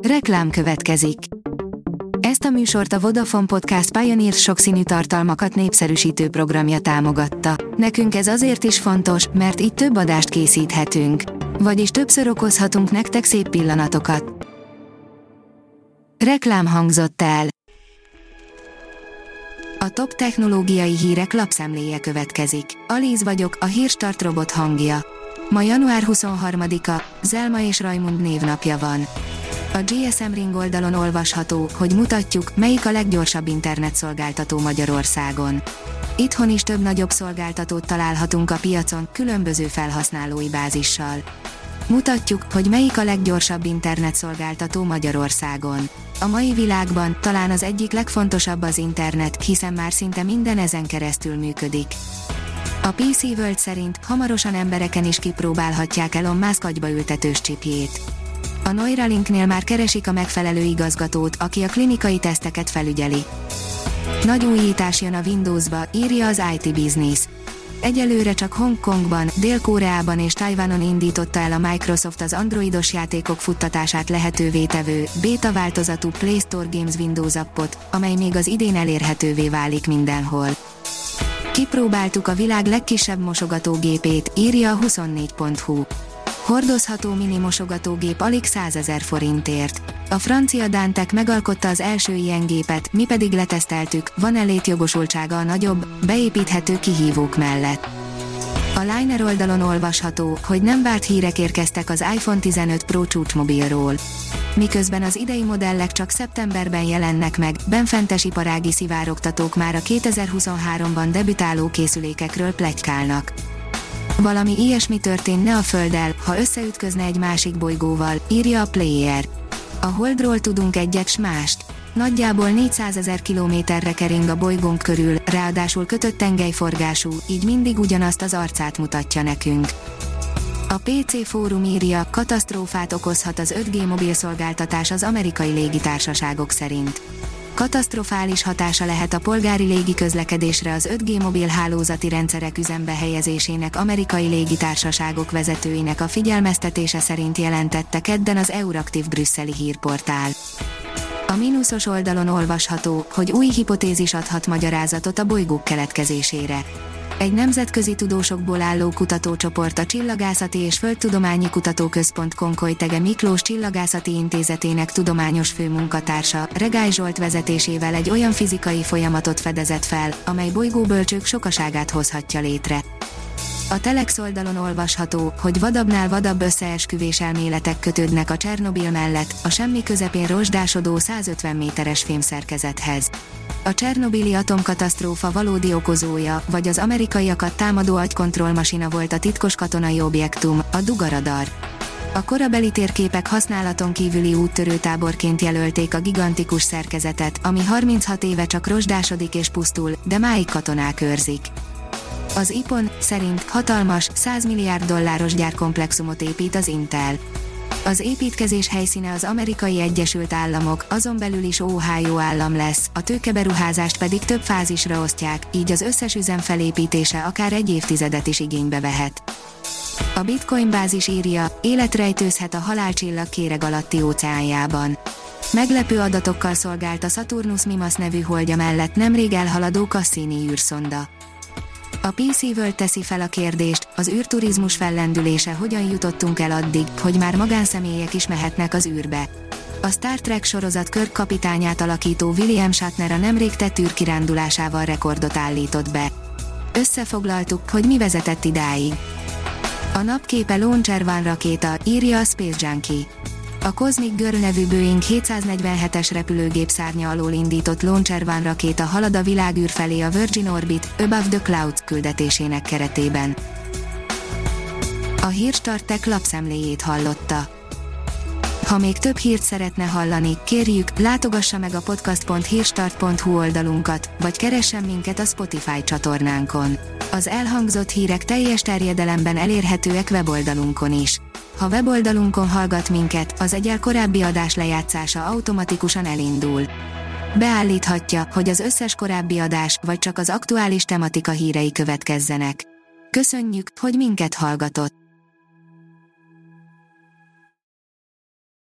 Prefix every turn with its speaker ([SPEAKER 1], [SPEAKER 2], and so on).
[SPEAKER 1] Reklám következik. Ezt a műsort a Vodafone Podcast Pioneer sokszínű tartalmakat népszerűsítő programja támogatta. Nekünk ez azért is fontos, mert így több adást készíthetünk. Vagyis többször okozhatunk nektek szép pillanatokat. Reklám hangzott el. A top technológiai hírek lapszemléje következik. Alíz vagyok, a Hírstart robot hangja. Ma január 23-a, Zelma és Rajmund névnapja van. A GSM Ring oldalon olvasható, hogy mutatjuk, melyik a leggyorsabb internetszolgáltató Magyarországon. Itthon is több nagyobb szolgáltatót találhatunk a piacon, különböző felhasználói bázissal. Mutatjuk, hogy melyik a leggyorsabb internetszolgáltató Magyarországon. A mai világban talán az egyik legfontosabb az internet, hiszen már szinte minden ezen keresztül működik. A PC World szerint hamarosan embereken is kipróbálhatják Elon Musk agyba ültetős csipjét. A Neuralinknél már keresik a megfelelő igazgatót, aki a klinikai teszteket felügyeli. Nagy újítás jön a Windowsba, írja az IT Business. Egyelőre csak Hongkongban, Dél-Koreában és Tajvanon indította el a Microsoft az androidos játékok futtatását lehetővé tevő, beta változatú Play Store Games Windows appot, amely még az idén elérhetővé válik mindenhol. Kipróbáltuk a világ legkisebb mosogatógépét, írja a 24.hu. Hordozható mini mosogatógép alig 100 000 forintért. A francia Dantec megalkotta az első ilyen gépet, mi pedig leteszteltük, van-e létjogosultsága a nagyobb, beépíthető kihívók mellett. A Liner oldalon olvasható, hogy nem várt hírek érkeztek az iPhone 15 Pro csúcsmobilról. Miközben az idei modellek csak szeptemberben jelennek meg, benfentes iparági szivárogtatók már a 2023-ban debütáló készülékekről pletykálnak. Valami ilyesmi történne a Földdel, ha összeütközne egy másik bolygóval, írja a Player. A Holdról tudunk egyet s mást. Nagyjából 400 000 kilométerre kering a bolygónk körül, ráadásul kötött tengelyforgású, így mindig ugyanazt az arcát mutatja nekünk. A PC Fórum írja, katasztrófát okozhat az 5G mobilszolgáltatás az amerikai légitársaságok szerint. Katasztrofális hatása lehet a polgári légiközlekedésre az 5G mobil hálózati rendszerek üzembe helyezésének amerikai légitársaságok vezetőinek a figyelmeztetése szerint jelentette kedden az Euractiv brüsszeli hírportál. A mínuszos oldalon olvasható, hogy új hipotézis adhat magyarázatot a bolygók keletkezésére. Egy nemzetközi tudósokból álló kutatócsoport a Csillagászati és Földtudományi Kutatóközpont Konkoly-Tege Miklós Csillagászati Intézetének tudományos főmunkatársa, Regály Zsolt vezetésével egy olyan fizikai folyamatot fedezett fel, amely bolygóbölcsők sokaságát hozhatja létre. A Telex oldalon olvasható, hogy vadabbnál vadabb összeesküvés elméletek kötődnek a Csernobil mellett, a semmi közepén rozsdásodó 150 méteres fémszerkezethez. A csernobili atomkatasztrófa valódi okozója, vagy az amerikaiakat támadó agykontrollmasina volt a titkos katonai objektum, a Duga radar. A korabeli térképek használaton kívüli úttörőtáborként jelölték a gigantikus szerkezetet, ami 36 éve csak rozsdásodik és pusztul, de máig katonák őrzik. Az IPON szerint hatalmas, 100 milliárd dolláros gyárkomplexumot épít az Intel. Az építkezés helyszíne az Amerikai Egyesült Államok, azon belül is Ohio állam lesz, a tőkeberuházást pedig több fázisra osztják, így az összes üzem felépítése akár egy évtizedet is igénybe vehet. A Bitcoin bázis írja, élet rejtőzhet a halálcsillag kéreg alatti óceánjában. Meglepő adatokkal szolgált a Saturnus Mimas nevű holdja mellett nemrég elhaladó Cassini űrszonda. A PC World teszi fel a kérdést, az űrturizmus fellendülése hogyan jutottunk el addig, hogy már magánszemélyek is mehetnek az űrbe. A Star Trek sorozat Kirk kapitányát alakító William Shatner a nemrég tett űrkirándulásával rekordot állított be. Összefoglaltuk, hogy mi vezetett idáig. A napképe Launcher One rakéta, írja a Space Junkie. A Cosmic Girl nevű Boeing 747-es repülőgép szárnya alól indított Launcher One rakéta halad a világűr felé a Virgin Orbit, Above the Clouds küldetésének keretében. A Hírstart Tech lapszemléjét hallotta. Ha még több hírt szeretne hallani, kérjük, látogassa meg a podcast.hírstart.hu oldalunkat, vagy keressen minket a Spotify csatornánkon. Az elhangzott hírek teljes terjedelemben elérhetőek weboldalunkon is. Ha weboldalunkon hallgat minket, az egyel korábbi adás lejátszása automatikusan elindul. Beállíthatja, hogy az összes korábbi adás, vagy csak az aktuális tematika hírei következzenek. Köszönjük, hogy minket hallgatott!